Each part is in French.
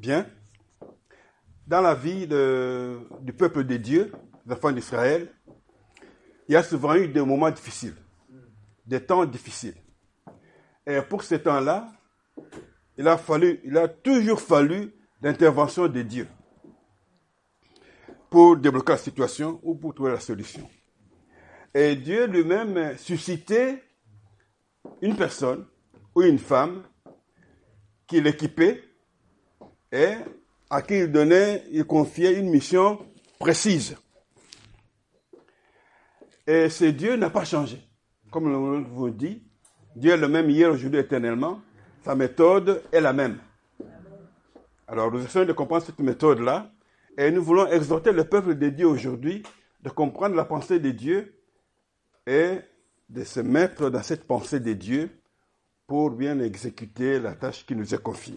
Bien. Dans la vie du peuple de Dieu, des enfants d'Israël, il y a souvent eu des moments difficiles, des temps difficiles. Et pour ces temps-là, il a toujours fallu l'intervention de Dieu pour débloquer la situation ou pour trouver la solution. Et Dieu lui-même suscitait une personne ou une femme qui l'équipait et à qui il confiait une mission précise. Et ce Dieu n'a pas changé. Comme on vous dit, Dieu est le même hier, aujourd'hui, éternellement. Sa méthode est la même. Alors, nous essayons de comprendre cette méthode-là et nous voulons exhorter le peuple de Dieu aujourd'hui de comprendre la pensée de Dieu et de se mettre dans cette pensée de Dieu pour bien exécuter la tâche qui nous est confiée.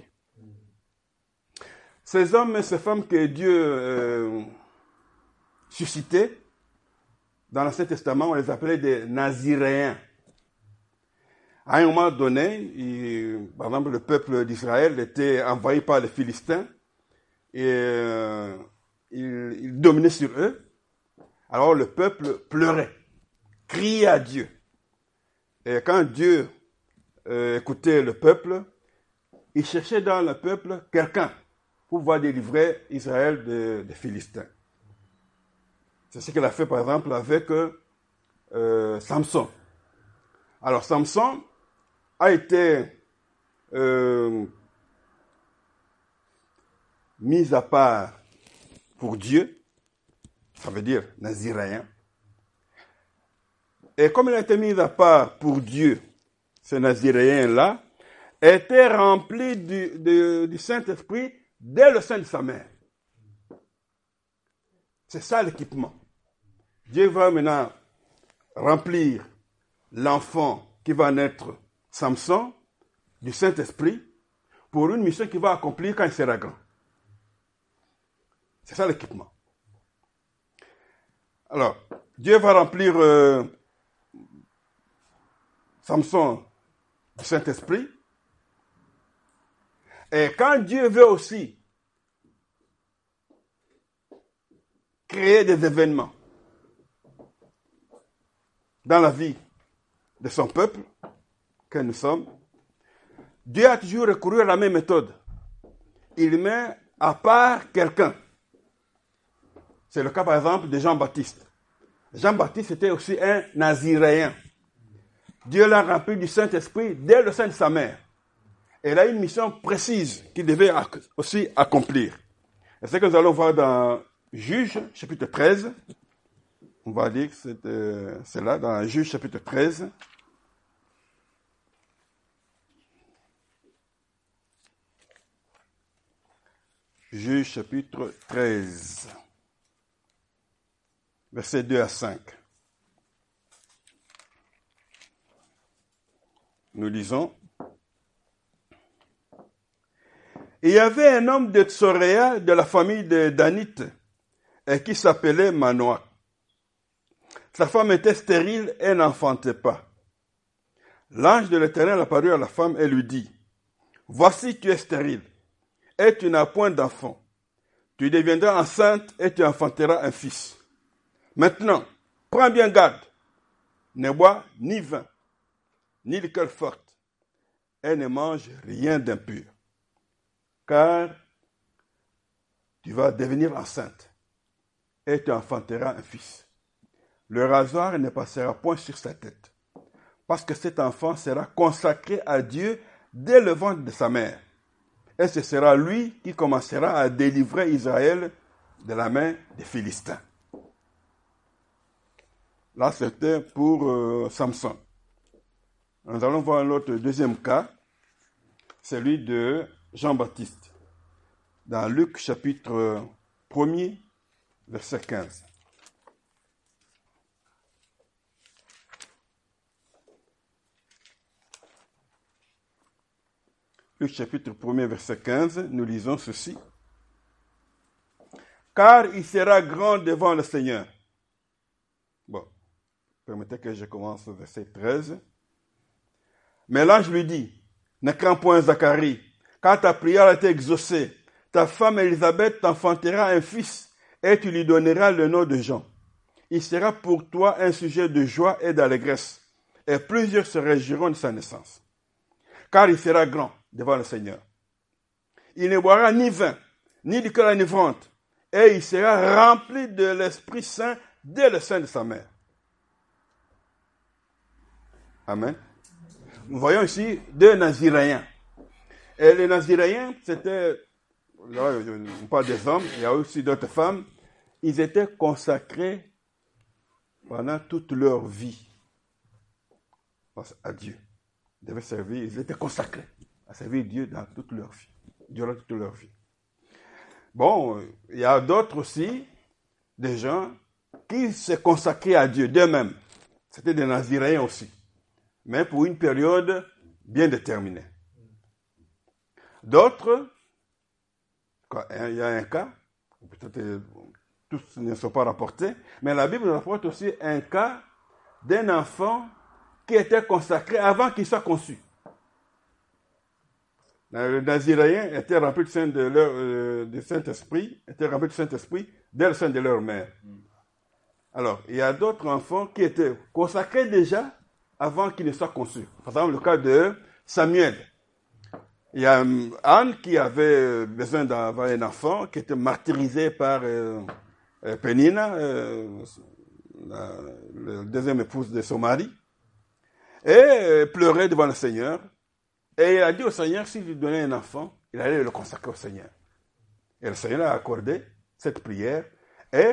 Ces hommes et ces femmes que Dieu suscitait, dans l'Ancien Testament, on les appelait des Naziréens. À un moment donné, par exemple, le peuple d'Israël était envahi par les Philistins et ils dominaient sur eux. Alors le peuple pleurait, criait à Dieu. Et quand Dieu écoutait le peuple, il cherchait dans le peuple quelqu'un pour pouvoir délivrer Israël des Philistins. C'est ce qu'il a fait par exemple avec Samson. Alors Samson a été mis à part pour Dieu, ça veut dire naziréen. Et comme il a été mis à part pour Dieu, ce naziréen-là était rempli du Saint-Esprit dès le sein de sa mère. C'est ça l'équipement. Dieu va maintenant remplir l'enfant qui va naître, Samson, du Saint-Esprit, pour une mission qu'il va accomplir quand il sera grand. C'est ça l'équipement. Alors, Dieu va remplir Samson du Saint-Esprit. Et quand Dieu veut aussi créer des événements dans la vie de son peuple, que nous sommes, Dieu a toujours recouru à la même méthode. Il met à part quelqu'un. C'est le cas, par exemple, de Jean-Baptiste. Jean-Baptiste était aussi un naziréen. Dieu l'a rempli du Saint-Esprit dès le sein de sa mère. Et il a une mission précise qu'il devait aussi accomplir. Et c'est ce que nous allons voir dans Juges, chapitre 13. On va dire que c'est là, dans Juges, chapitre 13. Juges, chapitre 13. Versets 2 à 5. Nous lisons. Il y avait un homme de Tsoréa, de la famille de Danite, et qui s'appelait Manoah. Sa femme était stérile et n'enfantait pas. L'ange de l'Éternel apparut à la femme et lui dit, « Voici, tu es stérile, et tu n'as point d'enfant. Tu deviendras enceinte et tu enfanteras un fils. Maintenant, prends bien garde, ne bois ni vin, ni liqueur forte, et ne mange rien d'impur. Car tu vas devenir enceinte et tu enfanteras un fils. Le rasoir ne passera point sur sa tête, parce que cet enfant sera consacré à Dieu dès le ventre de sa mère. Et ce sera lui qui commencera à délivrer Israël de la main des Philistins. » Là, c'était pour Samson. Nous allons voir l'autre deuxième cas, celui de Jean-Baptiste, dans Luc chapitre 1er, verset 15. Luc chapitre 1er, verset 15, nous lisons ceci. « Car il sera grand devant le Seigneur. » Bon, permettez que je commence au verset 13. « Mais l'ange lui dit, ne crains point Zacharie, car ta prière a été exaucée. ta femme Élisabeth t'enfantera un fils, et tu lui donneras le nom de Jean. Il sera pour toi un sujet de joie et d'allégresse, et plusieurs se réjouiront de sa naissance. Car il sera grand devant le Seigneur. Il ne boira ni vin, ni liqueur enivrante, et il sera rempli de l'Esprit Saint dès le sein de sa mère. Amen. Nous voyons ici deux Naziréens. Et les Naziréens, c'était, là, on parle des hommes, il y a aussi d'autres femmes, ils étaient consacrés pendant toute leur vie à Dieu. Ils devaient servir, ils étaient consacrés à servir Dieu dans toute leur vie, durant toute leur vie. Bon, il y a d'autres aussi, des gens qui se consacraient à Dieu d'eux-mêmes. C'était des Naziréens aussi, mais pour une période bien déterminée. D'autres, il y a un cas, peut-être tous ne sont pas rapportés, mais la Bible rapporte aussi un cas d'un enfant qui était consacré avant qu'il soit conçu. Les Naziréens étaient remplis du Saint-Esprit, étaient remplis du Saint-Esprit dès le sein de leur mère. Alors, il y a d'autres enfants qui étaient consacrés déjà avant qu'ils ne soient conçus. Par exemple, le cas de Samuel. Il y a Anne qui avait besoin d'avoir un enfant, qui était martyrisée par Pénina, la deuxième épouse de son mari, et pleurait devant le Seigneur. Et il a dit au Seigneur, s'il lui donnait un enfant, il allait le consacrer au Seigneur. Et le Seigneur a accordé cette prière. Et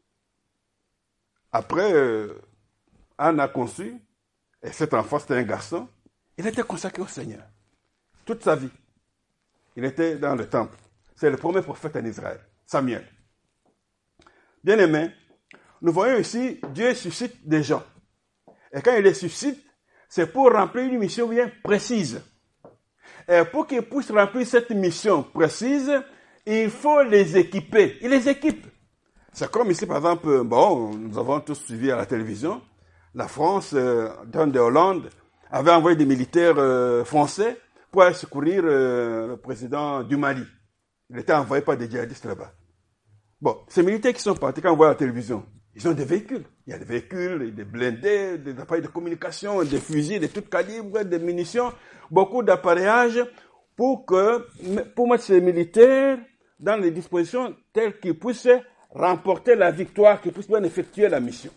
après, Anne a conçu, et cet enfant, c'était un garçon, il était consacré au Seigneur. Toute sa vie. Il était dans le temple. C'est le premier prophète en Israël, Samuel. Bien-aimés, nous voyons ici, Dieu suscite des gens. Et quand il les suscite, c'est pour remplir une mission bien précise. Et pour qu'ils puissent remplir cette mission précise, il faut les équiper. Il les équipe. C'est comme ici, par exemple, nous avons tous suivi à la télévision, la France, dans de Hollande, avait envoyé des militaires français pour aller secourir le président du Mali. Il était envoyé par des djihadistes là-bas. Bon, ces militaires qui sont partis, quand on voit la télévision, ils ont des véhicules. Il y a des véhicules, des blindés, des appareils de communication, des fusils de tout calibre, des munitions, beaucoup d'appareillage pour mettre ces militaires dans les dispositions telles qu'ils puissent remporter la victoire, qu'ils puissent bien effectuer la mission.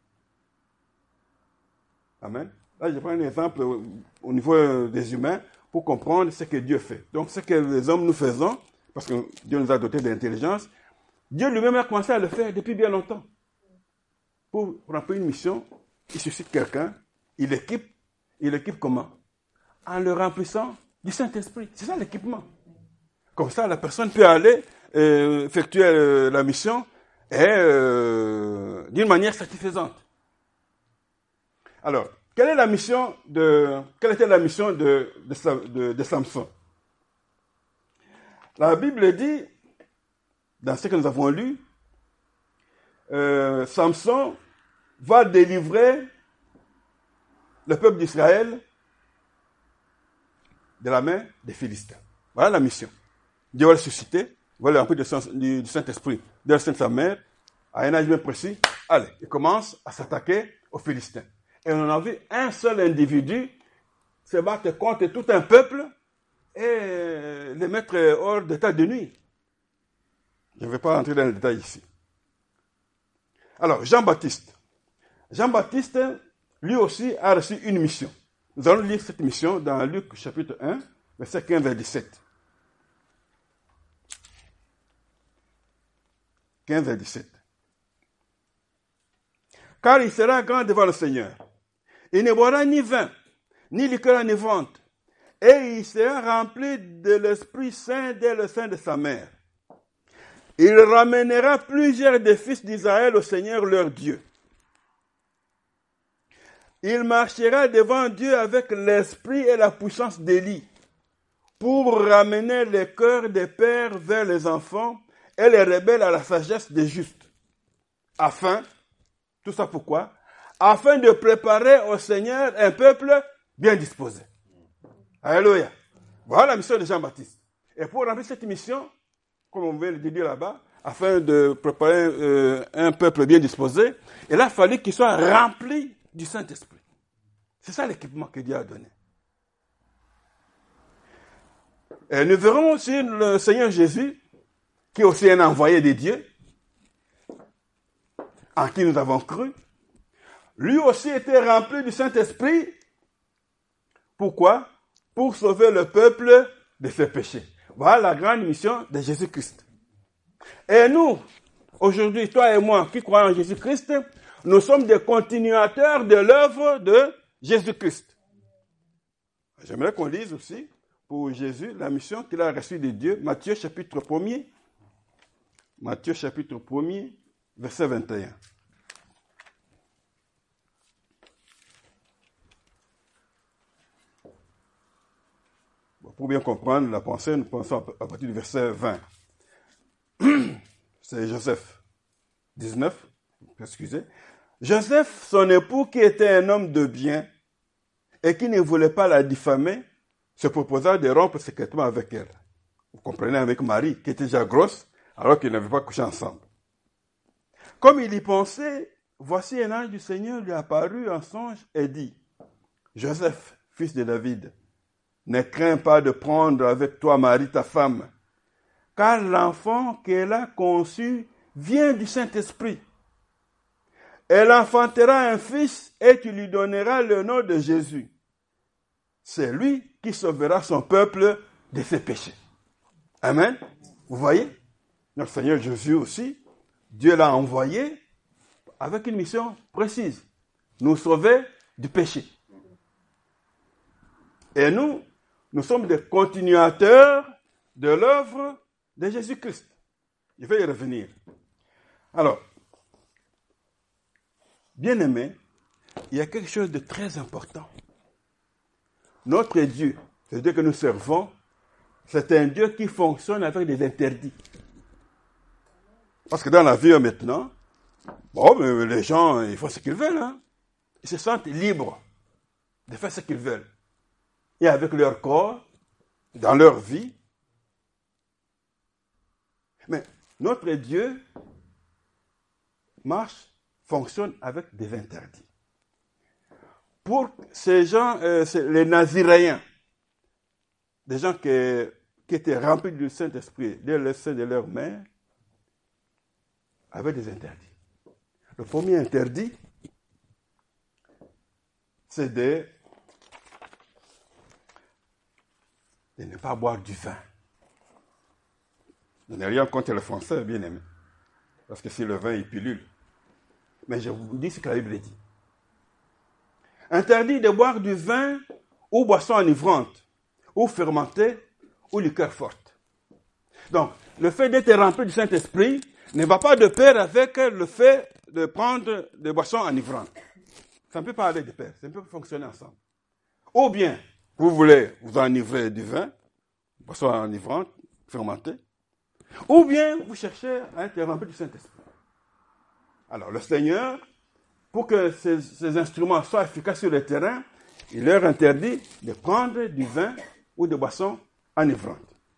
Amen. Là, je prends un exemple au niveau des humains pour comprendre ce que Dieu fait. Donc, ce que les hommes nous faisons, parce que Dieu nous a dotés d'intelligence, Dieu lui-même a commencé à le faire depuis bien longtemps. Pour remplir une mission, il suscite quelqu'un, il l'équipe comment? En le remplissant du Saint-Esprit. C'est ça l'équipement. Comme ça, la personne peut aller effectuer la mission et d'une manière satisfaisante. Alors, quelle était la mission de Samson? La Bible dit, dans ce que nous avons lu, Samson va délivrer le peuple d'Israël de la main des Philistins. Voilà la mission. Dieu va le susciter, va le remplir du Saint-Esprit, de sa mère, à un âge bien précis. Allez, il commence à s'attaquer aux Philistins. Et on a vu un seul individu se battre contre tout un peuple et les mettre hors d'état de nuit. Je ne vais pas rentrer dans les détails ici. Alors, Jean-Baptiste. Jean-Baptiste, lui aussi, a reçu une mission. Nous allons lire cette mission dans Luc chapitre 1, verset 15 à 17. 15 à 17. Car il sera grand devant le Seigneur. Il ne boira ni vin, ni liqueur enivrante, et il sera rempli de l'Esprit Saint dès le sein de sa mère. Il ramènera plusieurs des fils d'Israël au Seigneur leur Dieu. Il marchera devant Dieu avec l'esprit et la puissance d'Élie, pour ramener les cœurs des pères vers les enfants et les rebelles à la sagesse des justes. Tout ça pourquoi? Afin de préparer au Seigneur un peuple bien disposé. Alléluia. Voilà la mission de Jean-Baptiste. Et pour remplir cette mission, comme on veut le dire là-bas, afin de préparer un peuple bien disposé. Et là, il fallait qu'il soit rempli du Saint-Esprit. C'est ça l'équipement que Dieu a donné. Et nous verrons aussi le Seigneur Jésus, qui est aussi un envoyé de Dieu, en qui nous avons cru. Lui aussi était rempli du Saint-Esprit. Pourquoi? Pour sauver le peuple de ses péchés. Voilà la grande mission de Jésus-Christ. Et nous, aujourd'hui, toi et moi, qui croyons en Jésus-Christ, nous sommes des continuateurs de l'œuvre de Jésus-Christ. J'aimerais qu'on lise aussi, pour Jésus, la mission qu'il a reçue de Dieu, Matthieu chapitre 1er. Matthieu chapitre 1er, verset 21. Pour bien comprendre la pensée, nous pensons à partir du verset 20. C'est Joseph 19, excusez. Joseph, son époux, qui était un homme de bien et qui ne voulait pas la diffamer, se proposa de rompre secrètement avec elle. Vous comprenez, avec Marie, qui était déjà grosse, alors qu'ils n'avaient pas couché ensemble. Comme il y pensait, voici un ange du Seigneur lui apparut en songe et dit, Joseph, fils de David, ne crains pas de prendre avec toi Marie, ta femme, car l'enfant qu'elle a conçu vient du Saint-Esprit. Elle enfantera un fils et tu lui donneras le nom de Jésus. C'est lui qui sauvera son peuple de ses péchés. Amen. Vous voyez, notre Seigneur Jésus aussi, Dieu l'a envoyé avec une mission précise, nous sauver du péché. Et nous sommes des continuateurs de l'œuvre de Jésus-Christ. Je vais y revenir. Alors, bien-aimés, il y a quelque chose de très important. Notre Dieu, le Dieu que nous servons, c'est un Dieu qui fonctionne avec des interdits. Parce que dans la vie maintenant, mais les gens, ils font ce qu'ils veulent. Hein. Ils se sentent libres de faire ce qu'ils veulent. Et avec leur corps, dans leur vie. Mais notre Dieu fonctionne avec des interdits. Pour ces gens, les Naziréens, des gens qui étaient remplis du Saint-Esprit dès le sein de leur mère, avaient des interdits. Le premier interdit, c'est de ne pas boire du vin. Je n'ai rien contre les Français, bien aimé. Parce que c'est le vin et pilule. Mais je vous dis ce que la Bible dit. Interdit de boire du vin ou boisson enivrante, ou fermentée, ou liqueur forte. Donc, le fait d'être rempli du Saint-Esprit ne va pas de pair avec le fait de prendre des boissons enivrantes. Ça ne peut pas aller de pair, ça ne peut pas fonctionner ensemble. Ou bien, vous voulez vous enivrer du vin, boisson enivrante, fermentée, ou bien vous cherchez à être rempli du Saint-Esprit. Alors, le Seigneur, pour que ces instruments soient efficaces sur le terrain, il leur interdit de prendre du vin ou de boissons enivrantes.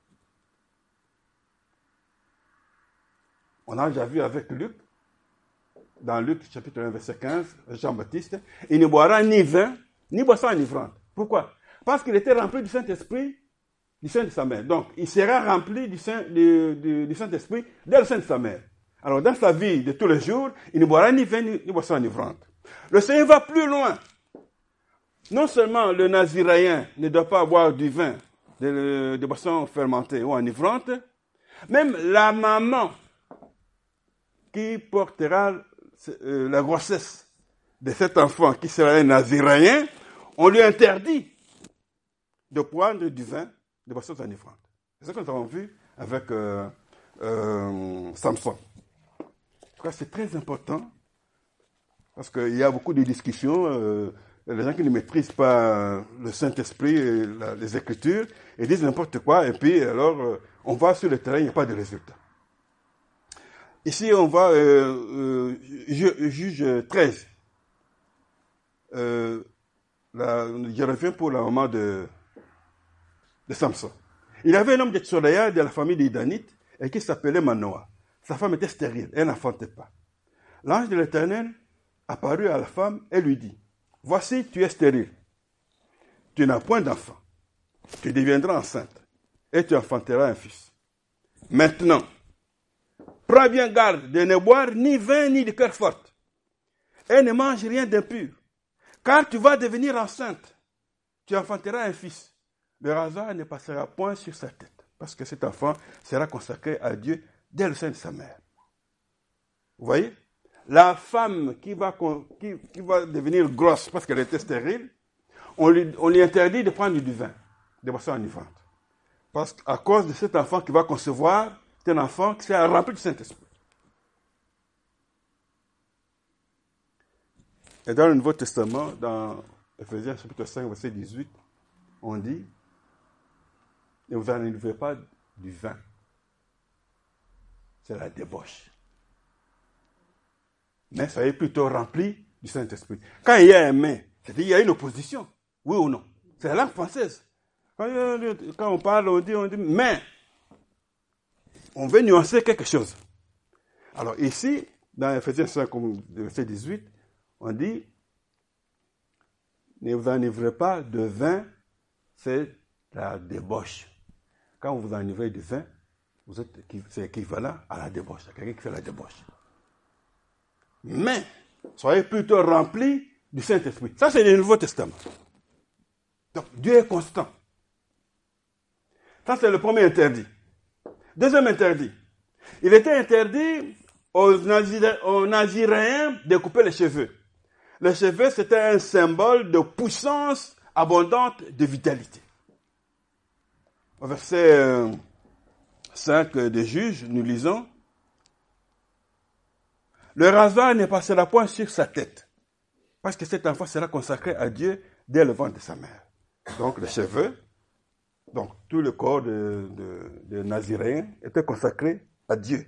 On a déjà vu avec Luc, dans Luc chapitre 1, verset 15, Jean-Baptiste, il ne boira ni vin, ni boisson enivrante. Pourquoi? Parce qu'il était rempli du Saint-Esprit, du sein de sa mère. Donc, il sera rempli du Saint-Esprit dès le sein de sa mère. Alors, dans sa vie de tous les jours, il ne boira ni vin, ni boisson enivrante. Le Seigneur va plus loin. Non seulement le Naziréen ne doit pas boire du vin, de boissons fermentées ou enivrantes, même la maman qui portera la grossesse de cet enfant qui sera un Naziréen, on lui interdit de prendre du vin, de boissons enivrantes. C'est ce que nous avons vu avec Samson. En tout cas, c'est très important parce qu'il y a beaucoup de discussions. Les gens qui ne maîtrisent pas le Saint-Esprit et les Écritures, ils disent n'importe quoi et puis alors on va sur le terrain, il n'y a pas de résultat. Ici, on va juge 13. Je reviens pour la maman de Samson. Il avait un homme de Tsoraya de la famille des Danites, et qui s'appelait Manoah. Sa femme était stérile, elle n'enfantait pas. L'ange de l'Éternel apparut à la femme et lui dit, voici, tu es stérile. Tu n'as point d'enfant. Tu deviendras enceinte et tu enfanteras un fils. Maintenant, prends bien garde de ne boire ni vin ni liqueur forte et ne mange rien d'impur, car tu vas devenir enceinte. Tu enfanteras un fils. Le rasoir ne passera point sur sa tête, parce que cet enfant sera consacré à Dieu dès le sein de sa mère. Vous voyez? La femme qui va devenir grosse parce qu'elle était stérile, on lui interdit de prendre du vin, de boissons enivrante. Parce qu'à cause de cet enfant qui va concevoir, c'est un enfant qui sera rempli du Saint-Esprit. Et dans le Nouveau Testament, dans Ephésiens chapitre 5, verset 18, on dit, ne vous enivrez pas du vin. C'est la débauche. Mais soyez plutôt remplis du Saint-Esprit. Quand il y a un mais, c'est-à-dire qu'il y a une opposition, oui ou non. C'est la langue française. Quand on parle, on dit mais. On veut nuancer quelque chose. Alors ici, dans Ephésiens 5, verset 18, on dit, ne vous enivrez pas de vin, c'est la débauche. Quand vous enivrez du vin, c'est équivalent à la débauche. C'est quelqu'un qui fait la débauche. Mais, soyez plutôt remplis du Saint-Esprit. Ça, c'est le Nouveau Testament. Donc, Dieu est constant. Ça, c'est le premier interdit. Deuxième interdit. Il était interdit aux Naziréens de couper les cheveux. Les cheveux, c'était un symbole de puissance abondante, de vitalité. Au verset 5 des Juges, nous lisons, le rasoir ne passera point sur sa tête, parce que cet enfant sera consacré à Dieu dès le ventre de sa mère. Donc les cheveux, donc tout le corps de Naziréen était consacré à Dieu.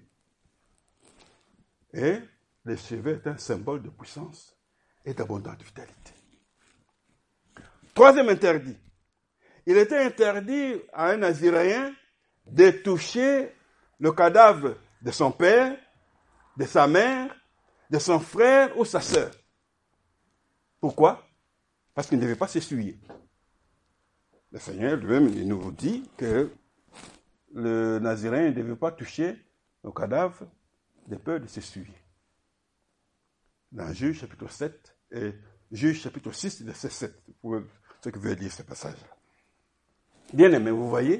Et les cheveux étaient un symbole de puissance et d'abondante vitalité. Troisième interdit. Il était interdit à un Naziréen de toucher le cadavre de son père, de sa mère, de son frère ou sa sœur. Pourquoi? Parce qu'il ne devait pas s'essuyer. Le Seigneur lui-même il nous dit que le Naziréen ne devait pas toucher le cadavre de peur de s'essuyer. Dans Juge chapitre 7 et Juge chapitre 6, verset 7, pour ceux qui veulent lire ce passage. Bien aimé, vous voyez?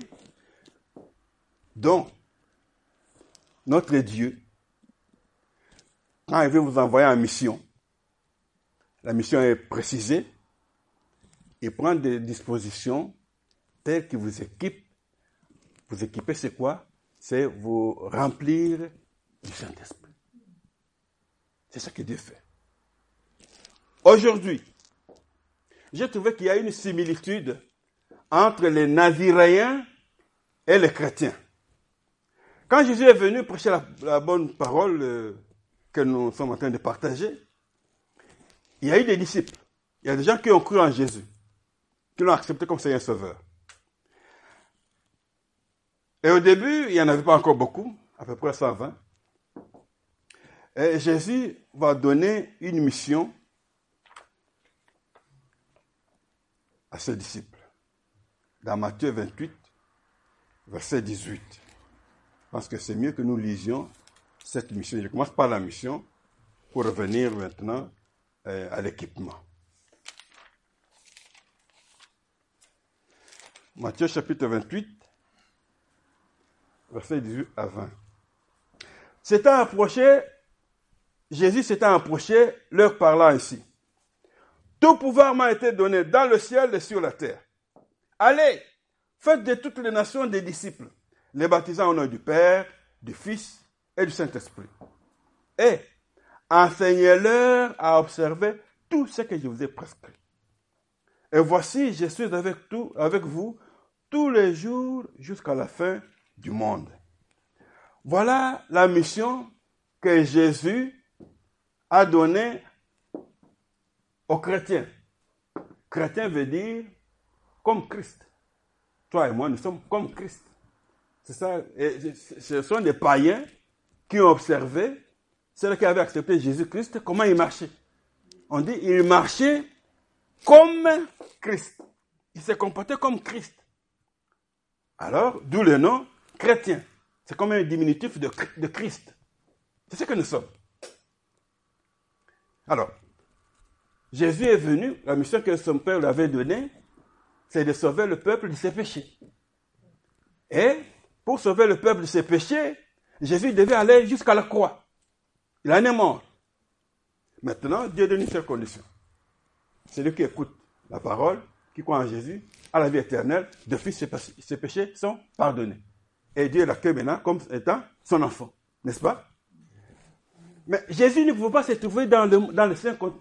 Donc, notre Dieu, quand il veut vous envoyer en mission, la mission est précisée, il prend des dispositions telles qu'il vous équipe. Vous équiper, c'est quoi? C'est vous remplir du Saint-Esprit. C'est ce que Dieu fait. Aujourd'hui, j'ai trouvé qu'il y a une similitude entre les Naziréens et les chrétiens. Quand Jésus est venu prêcher la bonne parole que nous sommes en train de partager, il y a eu des disciples. Il y a des gens qui ont cru en Jésus, qui l'ont accepté comme Seigneur Sauveur. Et au début, il n'y en avait pas encore beaucoup, à peu près 120. Et Jésus va donner une mission à ses disciples. Dans Matthieu 28, verset 18. Je pense que c'est mieux que nous lisions cette mission. Je commence par la mission pour revenir maintenant à l'équipement. Matthieu chapitre 28, verset 18 à 20. Jésus s'étant approché, leur parlant ainsi. Tout pouvoir m'a été donné dans le ciel et sur la terre. Allez, faites de toutes les nations des disciples, les baptisant au nom du Père, du Fils et du Saint-Esprit. Et enseignez-leur à observer tout ce que je vous ai prescrit. Et voici, je suis avec vous tous les jours jusqu'à la fin du monde. Voilà la mission que Jésus a donnée aux chrétiens. Chrétien veut dire comme Christ. Toi et moi, nous sommes comme Christ. C'est ça. Et ce sont des païens qui ont observé ceux qui avaient accepté Jésus-Christ, comment il marchait. On dit il marchait comme Christ. Il s'est comporté comme Christ. Alors, d'où le nom chrétien. C'est comme un diminutif de Christ. C'est ce que nous sommes. Alors, Jésus est venu, la mission que son Père lui avait donnée, c'est de sauver le peuple de ses péchés. Et pour sauver le peuple de ses péchés, Jésus devait aller jusqu'à la croix. Il en est mort. Maintenant, Dieu donne une seule condition. Celui qui écoute la parole, qui croit en Jésus, a la vie éternelle, depuis ses péchés sont pardonnés. Et Dieu l'accueille maintenant comme étant son enfant. N'est-ce pas? Mais Jésus ne pouvait pas se trouver dans les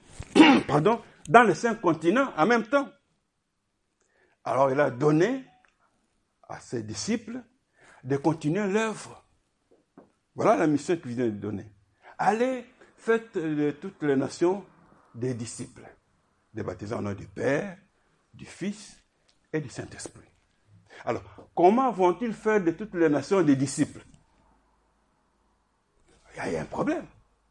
cinq continents en même temps. Alors il a donné à ses disciples de continuer l'œuvre. Voilà la mission qu'il vient de donner. Allez, faites de toutes les nations des disciples, des baptisés au nom du Père, du Fils et du Saint-Esprit. Alors, comment vont-ils faire de toutes les nations des disciples? Il y a un problème.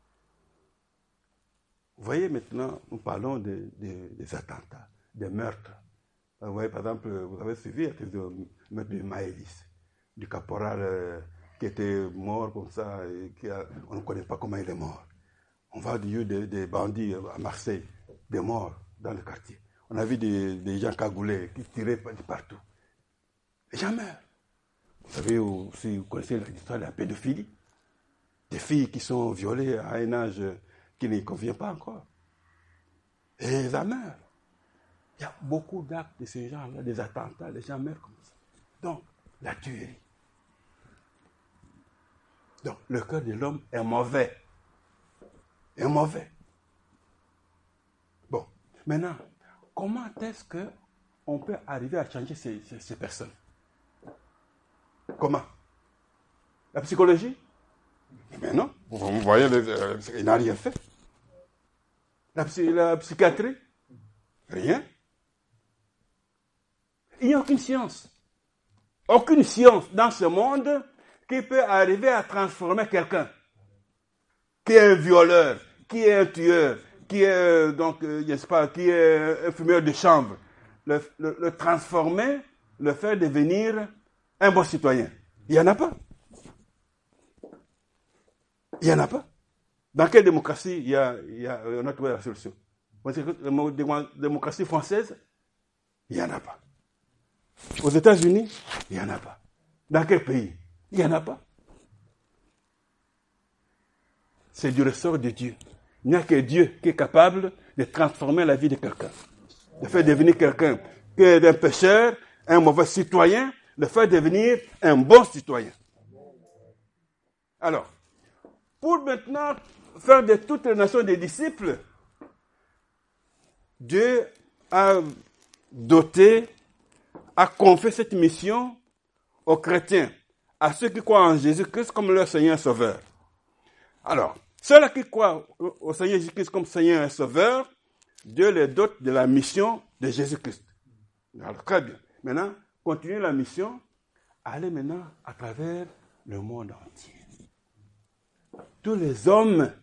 Vous voyez maintenant, nous parlons des attentats, des meurtres. Vous voyez, par exemple, vous avez suivi le meurtre de Maëlys, du caporal qui était mort comme ça, et on ne connaît pas comment il est mort. On va dire des bandits à Marseille, des morts dans le quartier. On a vu des gens cagoulés qui tiraient de partout. Les gens meurent. Vous savez aussi, vous connaissez l'histoire de la pédophilie. Des filles qui sont violées à un âge qui ne convient pas encore. Et les gens meurent. Il y a beaucoup d'actes de ces gens-là, des attentats, les gens meurent comme ça. Donc, la tuerie. Donc, le cœur de l'homme est mauvais. Est mauvais. Bon, maintenant, comment est-ce qu'on peut arriver à changer ces personnes? Comment? La psychologie? Mais non, vous voyez, il n'a rien fait. La psychiatrie? Rien. Il n'y a aucune science. Aucune science dans ce monde qui peut arriver à transformer quelqu'un qui est un violeur, qui est un tueur, qui est qui est un fumeur de chambre. Le transformer, le faire devenir un bon citoyen. Il n'y en a pas. Il n'y en a pas. Dans quelle démocratie on a trouvé la solution? La démocratie française, il n'y en a pas. Aux États-Unis, il n'y en a pas. Dans quel pays? Il n'y en a pas. C'est du ressort de Dieu. Il n'y a que Dieu qui est capable de transformer la vie de quelqu'un. De faire devenir quelqu'un qui est un pécheur, un mauvais citoyen, de faire devenir un bon citoyen. Alors, pour maintenant faire de toutes les nations des disciples, Dieu a doté, a confié cette mission aux chrétiens, à ceux qui croient en Jésus-Christ comme leur Seigneur et Sauveur. Alors, ceux-là qui croient au Seigneur Jésus-Christ comme Seigneur et Sauveur, Dieu les dote de la mission de Jésus-Christ. Alors, très bien. Maintenant, continuez la mission, allez maintenant à travers le monde entier. Tous les hommes,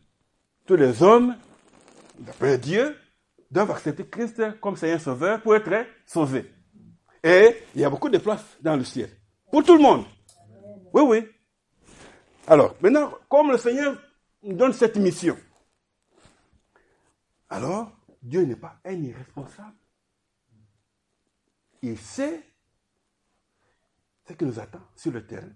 d'après Dieu, doivent accepter Christ comme Seigneur Sauveur pour être sauvés. Et il y a beaucoup de places dans le ciel. Pour tout le monde. Oui, oui. Alors, maintenant, comme le Seigneur nous donne cette mission, alors, Dieu n'est pas un irresponsable. Il sait ce qui nous attend sur le terrain.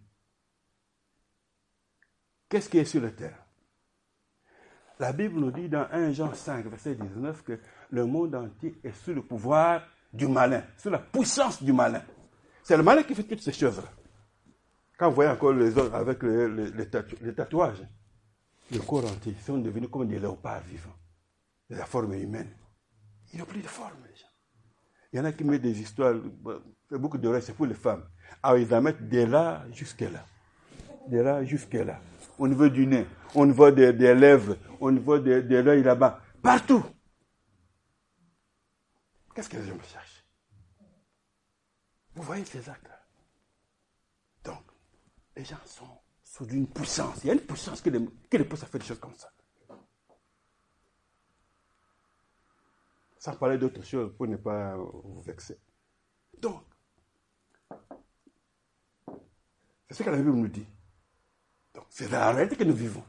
Qu'est-ce qui est sur le terrain? La Bible nous dit dans 1 Jean 5, verset 19, que le monde entier est sous le pouvoir du malin, sous la puissance du malin. C'est le malin qui fait toutes ces choses-là. Quand vous voyez encore les autres avec les tatouages, le corps entier sont devenus comme des léopards vivants, de la forme humaine. Ils n'ont plus de forme, les gens. Il y en a qui mettent des histoires, c'est beaucoup de rêves, c'est pour les femmes. Alors ils en mettent de là jusqu'à là. De là jusqu'à là. Au niveau du nez, au niveau des lèvres, au niveau de l'œil là-bas, partout. Qu'est-ce que les gens cherchent? Vous voyez ces actes-là? Donc, les gens sont sous une puissance. Il y a une puissance qui les pousse à faire des choses comme ça. Sans parler d'autres choses pour ne pas vous vexer. Donc, c'est ce que la Bible nous dit. Donc, c'est la réalité que nous vivons.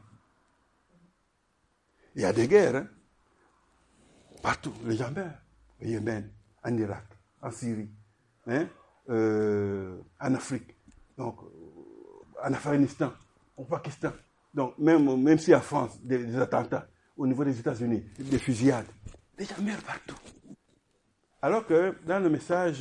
Il y a des guerres, hein, partout. Les gens meurent. Au Yémen, en Irak, en Syrie, hein, en Afrique, donc, en Afghanistan, au Pakistan. Donc, même si en France, des attentats, au niveau des États-Unis, des fusillades, les gens meurent partout. Alors que dans le message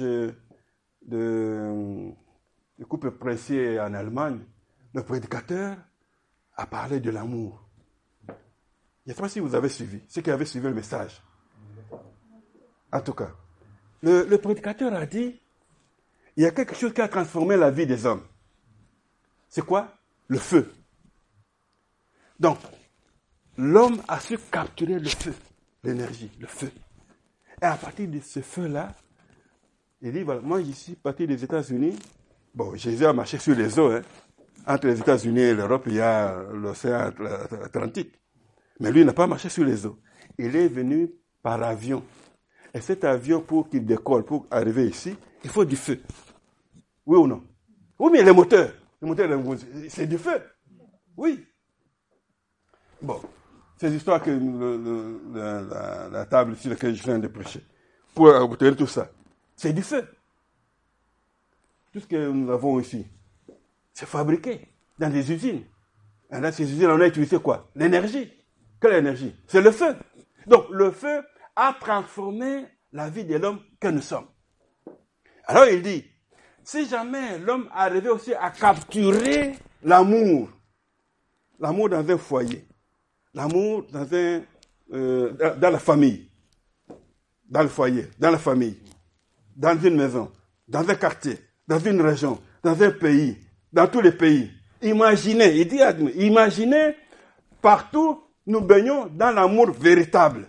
du couple princier en Allemagne, le prédicateur a parlé de l'amour. Je ne sais pas si vous avez suivi, ceux qui avaient suivi le message. En tout cas, le prédicateur a dit, il y a quelque chose qui a transformé la vie des hommes. C'est quoi? Le feu. Donc, l'homme a su capturer le feu, l'énergie, le feu. Et à partir de ce feu-là, il dit, voilà, moi je suis parti des États-Unis. Bon, Jésus a marché sur les eaux. Hein. Entre les États-Unis et l'Europe, il y a l'océan Atlantique. Mais lui, il n'a pas marché sur les eaux. Il est venu par avion. Et cet avion, pour qu'il décolle, pour arriver ici, il faut du feu. Oui ou non? Oui, mais les moteurs, c'est du feu. Oui. Bon, ces histoires que la table sur laquelle je viens de prêcher, pour obtenir tout ça, c'est du feu. Tout ce que nous avons ici, c'est fabriqué dans des usines. Et dans ces usines, on a utilisé quoi? L'énergie. Quelle énergie? C'est le feu. Donc, le feu a transformé la vie de l'homme que nous sommes. Alors, il dit, si jamais l'homme arrivait aussi à capturer l'amour dans un foyer, l'amour dans la famille, dans le foyer, dans la famille, dans une maison, dans un quartier, dans une région, dans un pays, dans tous les pays. Imaginez, il dit, imaginez, partout, nous baignons dans l'amour véritable.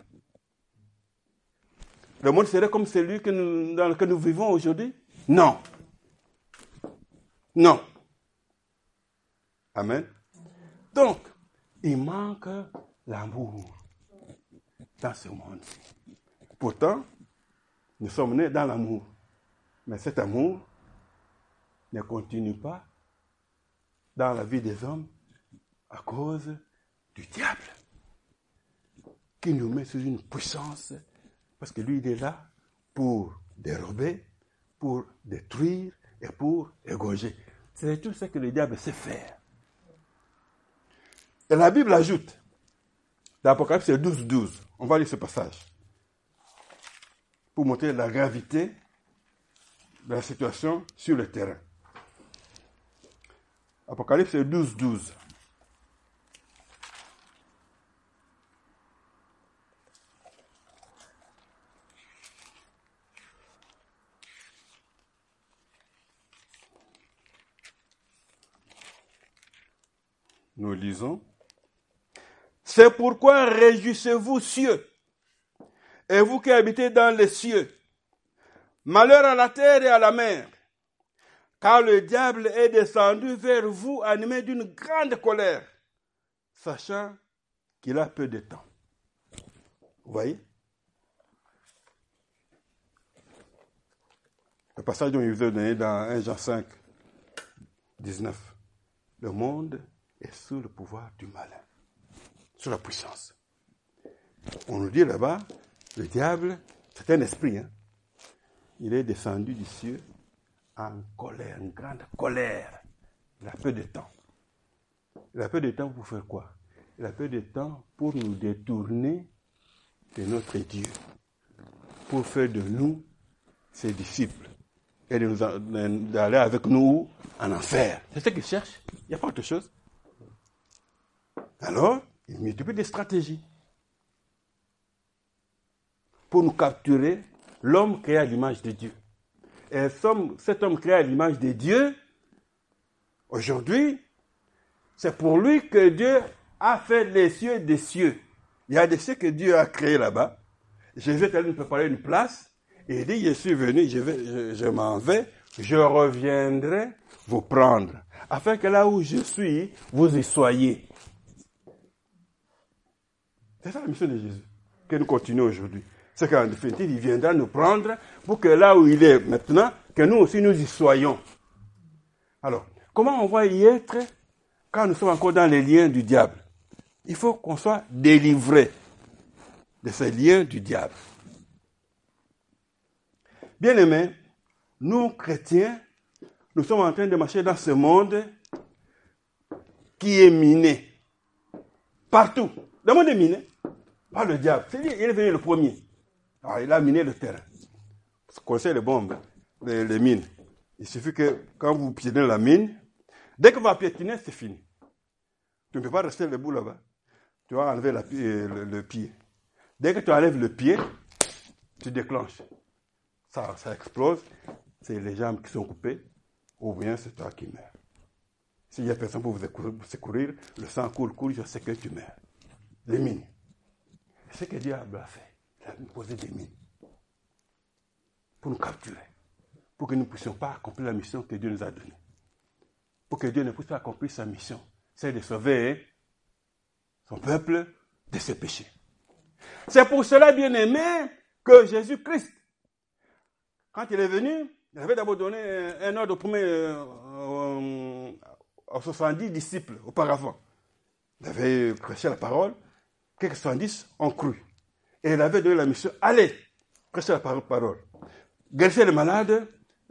Le monde serait comme celui dans lequel nous vivons aujourd'hui? Non. Non. Amen. Donc, il manque l'amour dans ce monde-ci. Pourtant, nous sommes nés dans l'amour. Mais cet amour ne continue pas dans la vie des hommes à cause du diable qui nous met sous une puissance parce que lui, il est là pour dérober, pour détruire et pour égorger. C'est tout ce que le diable sait faire. Et la Bible ajoute, dans l'Apocalypse 12:12, on va lire ce passage, pour montrer la gravité de la situation sur le terrain. Apocalypse 12:12. Nous lisons. C'est pourquoi réjouissez-vous, cieux, et vous qui habitez dans les cieux. Malheur à la terre et à la mer, car le diable est descendu vers vous animé d'une grande colère, sachant qu'il a peu de temps. Vous voyez? Le passage dont il vous a donné dans 1 Jean 5, 19. Le monde est sous le pouvoir du malin, sous la puissance. On nous dit là-bas, le diable, c'est un esprit, hein? Il est descendu du ciel en colère, une grande colère. Il a peu de temps. Il a peu de temps pour faire quoi? Il a peu de temps pour nous détourner de notre Dieu, pour faire de nous ses disciples et d'aller avec nous en enfer. C'est ce qu'il cherche. Il n'y a pas autre chose. Alors, il multiplie des stratégies pour nous capturer l'homme créé à l'image de Dieu. Et cet homme créé à l'image de Dieu, aujourd'hui, c'est pour lui que Dieu a fait les cieux des cieux. Il y a des cieux que Dieu a créés là-bas. Jésus est allé nous préparer une place et il dit, je suis venu, je m'en vais je reviendrai vous prendre, afin que là où je suis, vous y soyez. C'est ça la mission de Jésus, que nous continuons aujourd'hui. C'est qu'en définitive, il viendra nous prendre pour que là où il est maintenant, que nous aussi nous y soyons. Alors, comment on va y être quand nous sommes encore dans les liens du diable? Il faut qu'on soit délivré de ces liens du diable. Bien-aimés, nous, chrétiens, nous sommes en train de marcher dans ce monde qui est miné. Partout. Le monde est miné par le diable. C'est lui, il est venu le premier. Alors, il a miné le terrain. Vous connaissez les bombes, les mines. Il suffit que quand vous piétinez la mine, dès que vous va piétiner, c'est fini. Tu ne peux pas rester debout là-bas. Tu vas enlever le pied. Dès que tu enlèves le pied, tu déclenches. Ça explose. C'est les jambes qui sont coupées. Ou bien c'est toi qui meurs. S'il n'y a personne pour vous secourir, le sang coule, je sais que tu meurs. Les mines. C'est ce que Dieu a fait. Il a posé des mines. Pour nous capturer. Pour que nous ne puissions pas accomplir la mission que Dieu nous a donnée. Pour que Dieu ne puisse pas accomplir sa mission. C'est de sauver son peuple de ses péchés. C'est pour cela, bien-aimé, que Jésus-Christ, quand il est venu, il avait d'abord donné un ordre aux 70 disciples auparavant. Il avait prêché la parole, quelques 70 ont cru. Et il avait donné la mission, allez, prêcher la parole. Guérir les malades,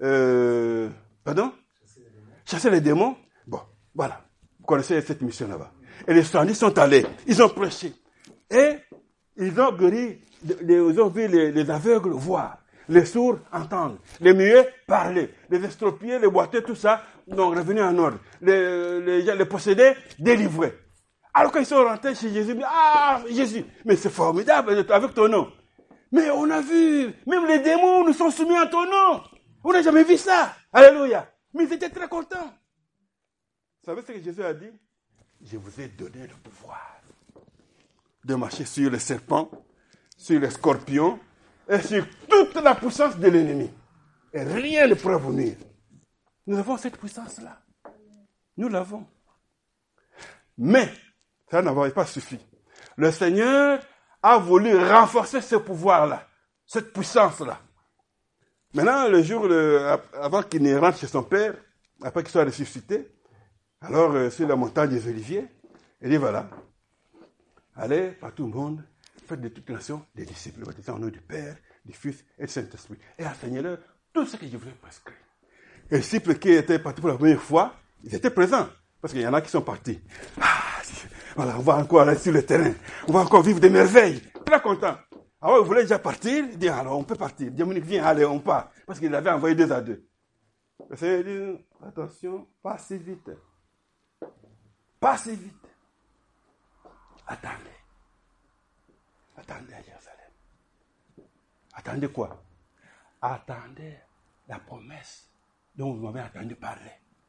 chasser les démons. Bon, voilà, vous connaissez cette mission là-bas. Et les 70 sont allés, ils ont prêché. Et ils ont guéri, ils ont vu les aveugles voir. Les sourds entendent, les muets parler, les estropiés, les boiteux, tout ça, donc revenus en ordre. Les possédés, délivrés. Alors qu'ils sont rentrés chez Jésus, Jésus, mais c'est formidable avec ton nom. Mais on a vu, même les démons nous sont soumis à ton nom. On n'a jamais vu ça. Alléluia. Mais ils étaient très contents. Vous savez ce que Jésus a dit? Je vous ai donné le pouvoir de marcher sur les serpents, sur les scorpions, et sur toute la puissance de l'ennemi. Et rien ne pourra vous nuire. Nous avons cette puissance-là. Nous l'avons. Mais, ça n'avait pas suffi. Le Seigneur a voulu renforcer ce pouvoir-là, cette puissance-là. Maintenant, le jour, avant qu'il ne rentre chez son Père, après qu'il soit ressuscité, alors sur la montagne des Oliviers, il dit voilà, allez par tout le monde, faites de toutes les nations des disciples, baptisant au nom du Père, du Fils et du Saint-Esprit. Et enseignez-leur tout ce que je vous ai prescrit. Et les disciples qui étaient partis pour la première fois, ils étaient présents. Parce qu'il y en a qui sont partis. Voilà, on va encore aller sur le terrain. On va encore vivre des merveilles. Très content. Alors, ils voulaient déjà partir. Ils disaient, alors, on peut partir. Dominique, viens, allez, on part. Parce qu'il avait envoyé 2 à 2. Le Seigneur dit, attention, pas si vite. Pas si vite. Attendez. Attendez à Jérusalem. Attendez quoi? Attendez la promesse dont vous m'avez entendu parler.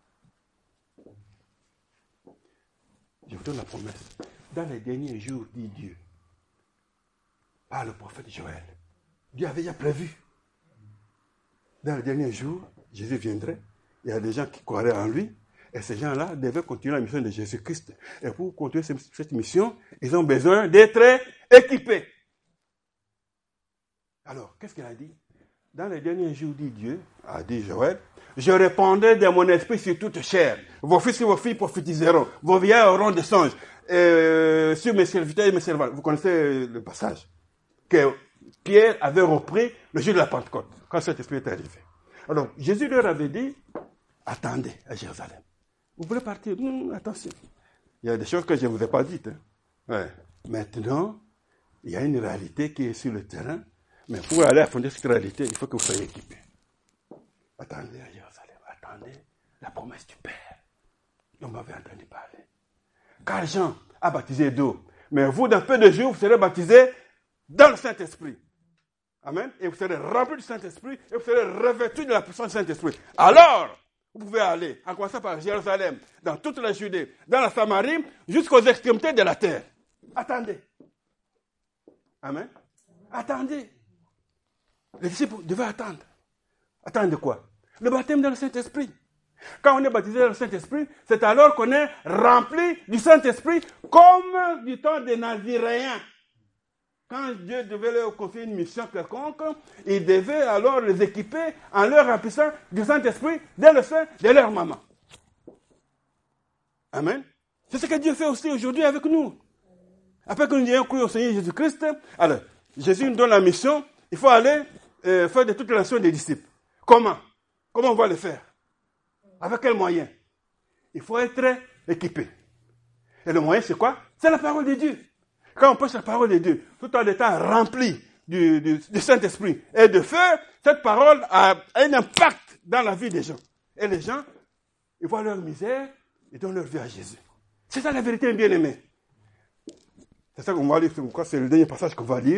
Je vous donne la promesse. Dans les derniers jours, dit Dieu, par le prophète Joël, Dieu avait déjà prévu. Dans les derniers jours, Jésus viendrait. Il y a des gens qui croiraient en lui. Et ces gens-là devaient continuer la mission de Jésus-Christ. Et pour continuer cette mission, ils ont besoin d'être équipés. Alors, qu'est-ce qu'il a dit? Dans les derniers jours, dit Dieu, a dit Joël, je répandrai de mon esprit sur toute chair. Vos fils et vos filles prophétiseront. Vos vieillards auront des songes. Sur mes serviteurs et mes servantes. Vous connaissez le passage que Pierre avait repris le jour de la Pentecôte, quand cet esprit est arrivé. Alors, Jésus leur avait dit, attendez à Jérusalem. Vous voulez partir? Attention. Il y a des choses que je ne vous ai pas dites. Hein. Ouais. Maintenant, il y a une réalité qui est sur le terrain. Mais pour aller affronter cette réalité, il faut que vous soyez équipés. Attendez à Jérusalem. Attendez la promesse du Père dont vous m'avez entendu parler. Car Jean a baptisé d'eau. Mais vous, dans peu de jours, vous serez baptisés dans le Saint-Esprit. Amen. Et vous serez remplis du Saint-Esprit et vous serez revêtus de la puissance du Saint-Esprit. Alors, vous pouvez aller, en commençant par Jérusalem, dans toute la Judée, dans la Samarie, jusqu'aux extrémités de la terre. Attendez. Amen. Attendez. Les disciples devaient attendre. Attendre quoi? Le baptême dans le Saint-Esprit. Quand on est baptisé dans le Saint-Esprit, c'est alors qu'on est rempli du Saint-Esprit comme du temps des Naziréens. Quand Dieu devait leur confier une mission quelconque, il devait alors les équiper en leur remplissant du Saint-Esprit dès le sein de leur maman. Amen. C'est ce que Dieu fait aussi aujourd'hui avec nous. Après que nous ayons cru au Seigneur Jésus-Christ, alors, Jésus nous donne la mission, il faut aller faire de toutes les nations des disciples. Comment? Comment on va le faire? Avec quels moyens? Il faut être équipé. Et le moyen, c'est quoi? C'est la parole de Dieu. Quand on prêche la parole de Dieu, tout en étant rempli du Saint-Esprit et de feu, cette parole a un impact dans la vie des gens. Et les gens, ils voient leur misère, ils donnent leur vie à Jésus. C'est ça la vérité, bien-aimé. C'est ça qu'on va lire, c'est le dernier passage qu'on va lire.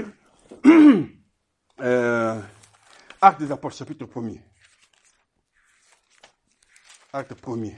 Actes des Apôtres, chapitre 1er. Acte 1er.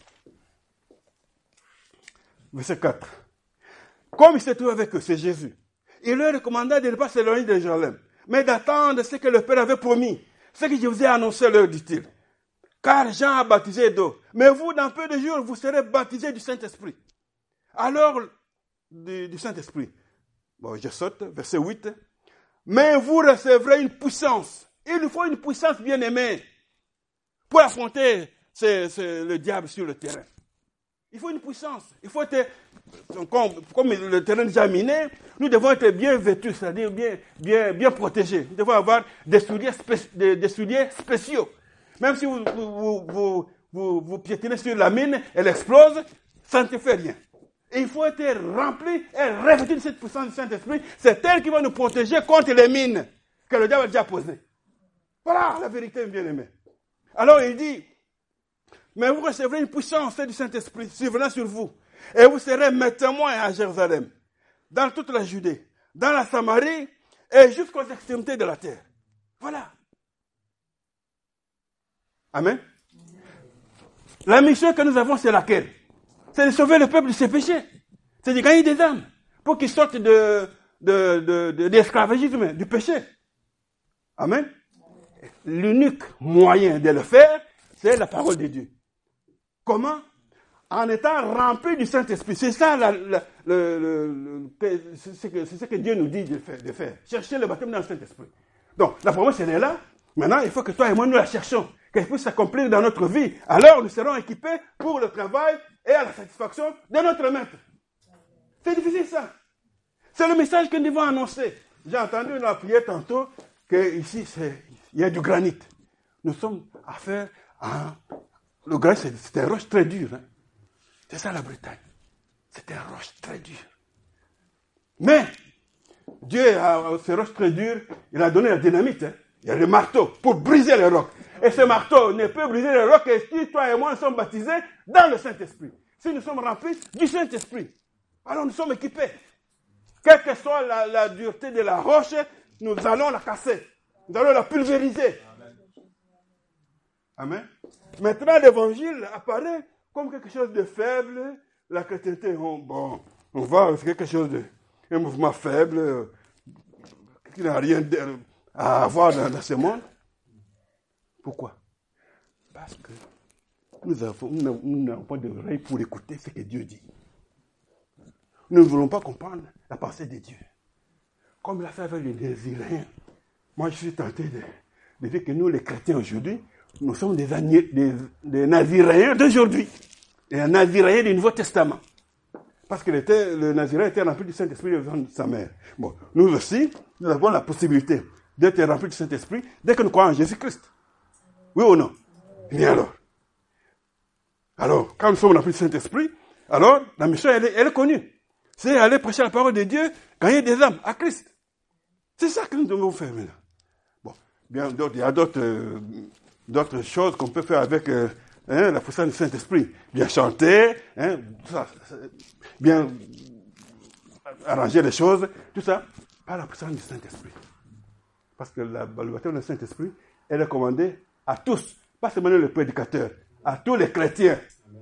Verset 4. Comme il s'est trouvé avec eux, c'est Jésus, il leur recommanda de ne pas s'éloigner de Jérusalem, mais d'attendre ce que le Père avait promis. Ce que je vous ai annoncé, leur dit-il. Car Jean a baptisé d'eau, mais vous, dans peu de jours, vous serez baptisés du Saint-Esprit. Alors, du Saint-Esprit. Bon, je saute, verset 8. Mais vous recevrez une puissance. Il nous faut une puissance bien-aimée pour affronter le diable sur le terrain. Il faut une puissance. Il faut être, comme le terrain est déjà miné, nous devons être bien vêtus, c'est-à-dire bien protégés. Nous devons avoir des souliers spéciaux. Même si vous piétinez sur la mine, elle explose, ça ne te fait rien. Et il faut être rempli et revêtu de cette puissance du Saint-Esprit. C'est elle qui va nous protéger contre les mines que le diable a déjà posées. Voilà la vérité, bien-aimé. Alors il dit, mais vous recevrez une puissance du Saint-Esprit survenant sur vous. Et vous serez mes témoins à Jérusalem, dans toute la Judée, dans la Samarie et jusqu'aux extrémités de la terre. Voilà. Amen. La mission que nous avons, c'est laquelle? C'est de sauver le peuple de ses péchés. C'est de gagner des âmes pour qu'ils sortent de l'esclavagisme, du péché. Amen. L'unique moyen de le faire, c'est la parole de Dieu. Comment? En étant rempli du Saint-Esprit. C'est ça c'est ce que Dieu nous dit de faire. Chercher le baptême dans le Saint-Esprit. Donc, la promesse, elle est là. Maintenant, il faut que toi et moi, nous la cherchions. Qu'elle puisse s'accomplir dans notre vie. Alors, nous serons équipés pour le travail et à la satisfaction de notre maître. C'est difficile, ça. C'est le message que nous devons annoncer. J'ai entendu dans la prière tantôt qu'ici, il y a du granit. Nous sommes à faire... le granit, c'est une roche très dure. Hein. C'est ça la Bretagne. C'est une roche très dure. Mais, Dieu, à ces roches très dures, il a donné la dynamite. Hein. Il y a le marteau pour briser les rocs. Et ce marteau ne peut briser les rocs que si toi et moi nous sommes baptisés dans le Saint-Esprit. Si nous sommes remplis du Saint-Esprit, alors nous sommes équipés. Quelle que soit la dureté de la roche, nous allons la casser. Nous allons la pulvériser. Amen. Maintenant, l'évangile apparaît comme quelque chose de faible. La chrétienté, on voit c'est quelque chose un mouvement faible qui n'a rien à avoir dans ce monde. Pourquoi? Parce que nous n'avons pas d'oreille pour écouter ce que Dieu dit. Nous ne voulons pas comprendre la pensée de Dieu. Comme il a fait avec les Naziréens. Moi, je suis tenté de dire que nous, les chrétiens aujourd'hui, nous sommes des Naziréens d'aujourd'hui. Et un Naziréen du Nouveau Testament. Parce que le Naziréen était rempli du Saint-Esprit de sa mère. Bon, nous aussi, nous avons la possibilité d'être remplis du Saint-Esprit dès que nous croyons en Jésus-Christ. Oui ou non? Mais alors, quand nous sommes remplis du Saint-Esprit, alors, la mission, elle est connue. C'est aller prêcher la parole de Dieu, gagner des âmes à Christ. C'est ça que nous devons faire maintenant. Bon, bien, il y a d'autres choses qu'on peut faire avec la puissance du Saint-Esprit. Bien chanter, tout ça, bien arranger les choses, tout ça, par la puissance du Saint-Esprit. Parce que le baptême du Saint-Esprit, elle est commandée à tous, pas seulement les prédicateurs, à tous les chrétiens.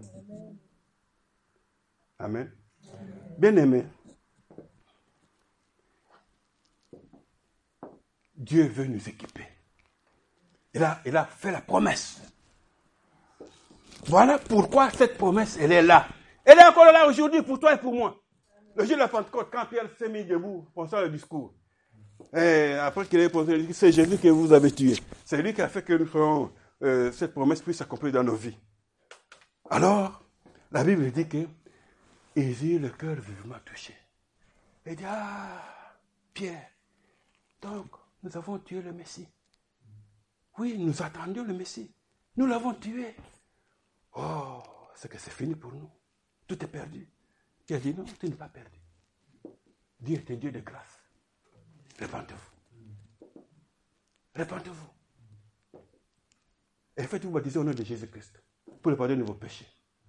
Amen. Bien-aimés, Dieu veut nous équiper. il a fait la promesse. Voilà pourquoi cette promesse, elle est là. Elle est encore là aujourd'hui pour toi et pour moi. Le jour de la Pentecôte, quand Pierre s'est mis debout, pensant le discours, et après qu'il ait posé, il dit, c'est Jésus que vous avez tué. C'est lui qui a fait que nous ferons, cette promesse puisse s'accomplir dans nos vies. Alors, la Bible dit que ils eurent le cœur vivement touché. Il dit, Pierre, donc nous avons tué le Messie. Oui, nous attendions le Messie. Nous l'avons tué. Oh, c'est que c'est fini pour nous. Tout est perdu. Pierre dit, non, tout n'est pas perdu. Dieu est un Dieu de grâce. Répentez-vous. Répentez-vous. Et faites-vous baptiser au nom de Jésus-Christ pour le pardon de vos péchés.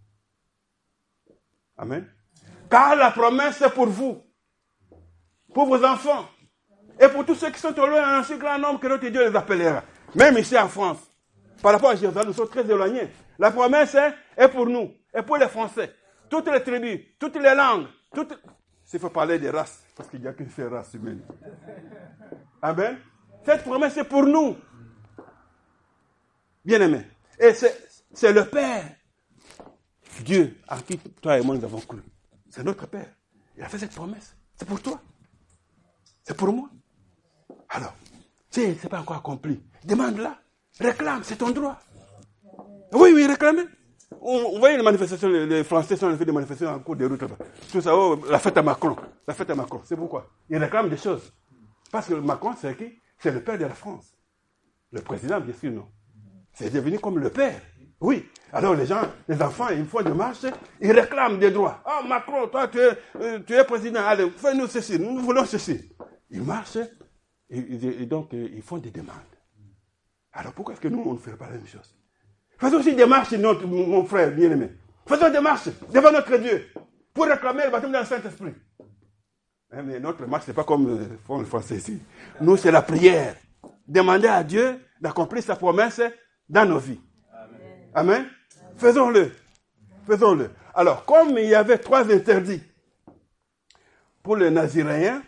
Amen. Car la promesse est pour vous, pour vos enfants, et pour tous ceux qui sont au loin, en si grand nombre que notre Dieu les appellera. Même ici en France, par rapport à Jérusalem, nous sommes très éloignés. La promesse est pour nous, et pour les Français, toutes les tribus, toutes les langues, s'il faut parler des races, parce qu'il n'y a qu'une seule race humaine. Amen. Cette promesse est pour nous. Bien-aimés. Et c'est le Père, Dieu, en qui toi et moi nous avons cru. C'est notre Père. Il a fait cette promesse. C'est pour toi. C'est pour moi. Alors, si ce n'est pas encore accompli, demande-la. Réclame, c'est ton droit. Oui, réclamez. Vous voyez les manifestations, les Français sont en fait des manifestations en cours de route. Tout ça, la fête à Macron. La fête à Macron, c'est pourquoi ils réclament des choses. Parce que Macron, c'est qui? C'est le père de la France. Le président, bien sûr, non. C'est devenu comme le père. Oui. Alors les gens, les enfants, une fois de marche, ils réclament des droits. Macron, toi, tu es président. Allez, fais-nous ceci. Nous voulons ceci. Ils marchent et donc ils font des demandes. Alors pourquoi est-ce que nous, on ne fait pas la même chose? Faisons aussi des marches, mon frère bien-aimé. Faisons des marches devant notre Dieu pour réclamer le baptême dans le Saint-Esprit. Mais notre marche, ce n'est pas comme font les Français ici. Nous, c'est la prière. Demander à Dieu d'accomplir sa promesse dans nos vies. Amen. Faisons-le. Faisons-le. Alors, comme il y avait 3 interdits pour les Naziréens,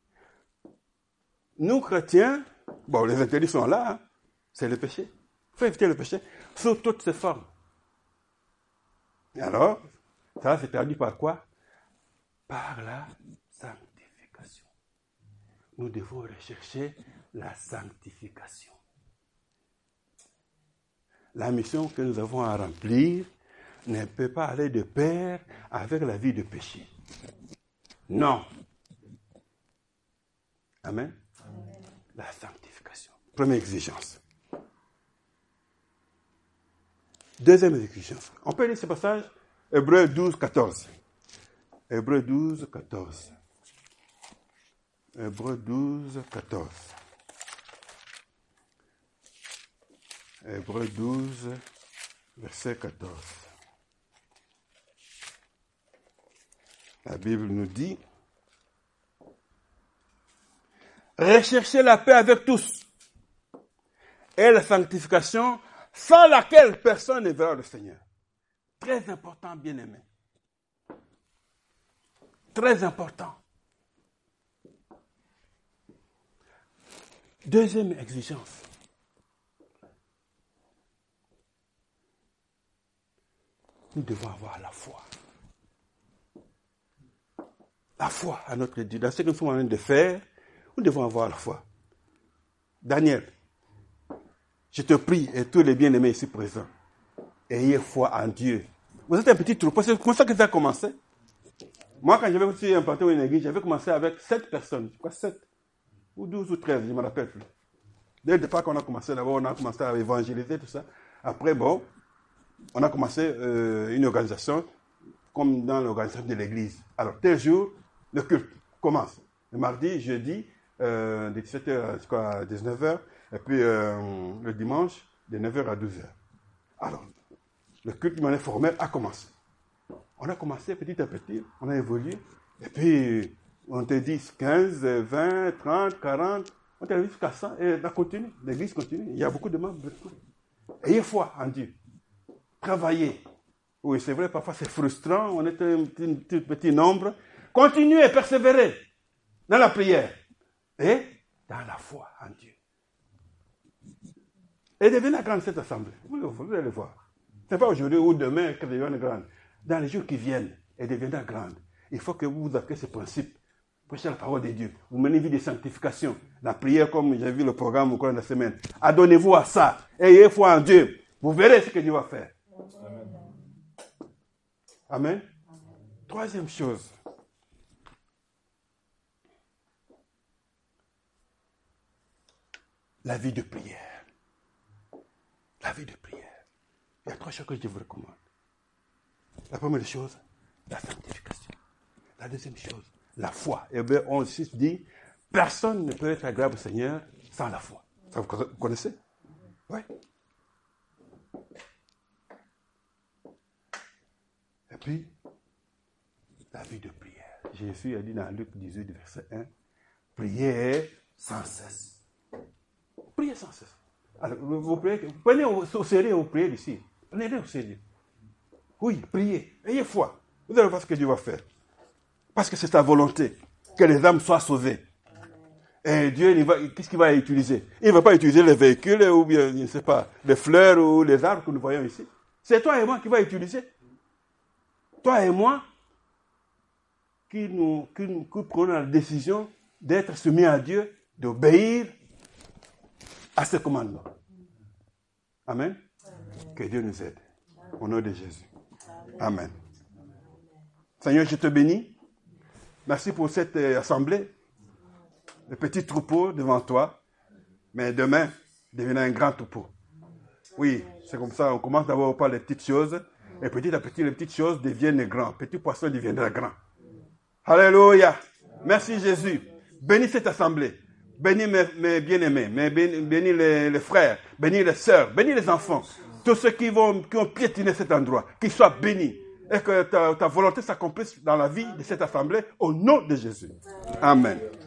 nous, chrétiens, bon, les interdits sont là, hein, c'est le péché. Il faut éviter le péché sous toutes ses formes. Et alors, ça c'est traduit par quoi? Par la sanctification. Nous devons rechercher la sanctification. La mission que nous avons à remplir ne peut pas aller de pair avec la vie de péché. Non. Amen. La sanctification. Première exigence. Deuxième exigence. On peut lire ce passage, Hébreux 12, 14. Hébreux 12, 14. Hébreux 12, 14. Hébreux 12, verset 14. La Bible nous dit, recherchez la paix avec tous et la sanctification sans laquelle personne ne verra le Seigneur. Très important, bien-aimé. Très important. Deuxième exigence. Nous devons avoir la foi. La foi à notre Dieu. Dans ce que nous sommes en train de faire, nous devons avoir la foi. Daniel, je te prie, et tous les bien-aimés ici présents, ayez foi en Dieu. Vous êtes un petit troupeau, c'est comme ça que ça a commencé. Moi, quand j'avais aussi implanté une église, j'avais commencé avec 7 personnes, je crois 7, ou 12 ou 13, je ne me rappelle plus. Dès le départ, quand on a commencé d'abord, on a commencé à évangéliser, tout ça. Après, bon, on a commencé une organisation, comme dans l'organisation de l'église. Alors, tel jour, le culte commence. Le mardi, jeudi, de 17h jusqu'à 19h, et puis le dimanche, de 9h à 12h. Alors, le culte de manière formelle a commencé. On a commencé petit à petit, on a évolué, et puis on était 10, 15, 20, 30, 40, on est arrivé jusqu'à 100, et ça continue, l'église continue, il y a beaucoup de membres. Ayez foi en Dieu. Travaillez. Oui, c'est vrai, parfois c'est frustrant, on est un petit nombre. Continuez, persévérez dans la prière et dans la foi en Dieu. Elle deviendra grande, cette assemblée. Vous allez voir. Ce n'est pas aujourd'hui ou demain qu'elle deviendra grande. Dans les jours qui viennent, elle deviendra grande. Il faut que vous appliquiez ce principe. Prêchez la parole de Dieu. Vous menez une vie de sanctification. La prière, comme j'ai vu le programme au cours de la semaine. Adonnez-vous à ça. Ayez foi en Dieu. Vous verrez ce que Dieu va faire. Amen. Troisième chose. La vie de prière. La vie de prière. Il y a 3 choses que je vous recommande. La première chose, la sanctification. La deuxième chose, la foi. Hébreux 11:6 dit, personne ne peut être agréable au Seigneur sans la foi. Ça, vous connaissez? Oui. Et puis, la vie de prière. Jésus a dit dans Luc 18, verset 1, priez sans cesse. Priez sans cesse. Alors, vous priez, prenez au sérieux vos prières ici. Prenez-les au sérieux. Oui, priez. Ayez foi. Vous allez voir ce que Dieu va faire. Parce que c'est sa volonté que les âmes soient sauvées. Et Dieu, qu'est-ce qu'il va utiliser? Il ne va pas utiliser les véhicules ou bien, je ne sais pas, les fleurs ou les arbres que nous voyons ici. C'est toi et moi qui va utiliser. Toi et moi qui prenons la décision d'être soumis à Dieu, d'obéir à ses commandements. Amen. Que Dieu nous aide. Au nom de Jésus. Amen. Seigneur, je te bénis. Merci pour cette assemblée. Le petit troupeau devant toi. Mais demain, deviendra un grand troupeau. Oui, c'est comme ça. On commence d'abord par les petites choses. Et petit à petit, les petites choses deviennent grands. Petit poisson deviendra grand. Alléluia. Merci Jésus. Bénis cette assemblée. Bénis mes bien-aimés. Bénis les frères. Bénis les sœurs. Bénis les enfants. Tous ceux qui ont piétiné cet endroit. Qu'ils soient bénis. Et que ta volonté s'accomplisse dans la vie de cette assemblée au nom de Jésus. Amen.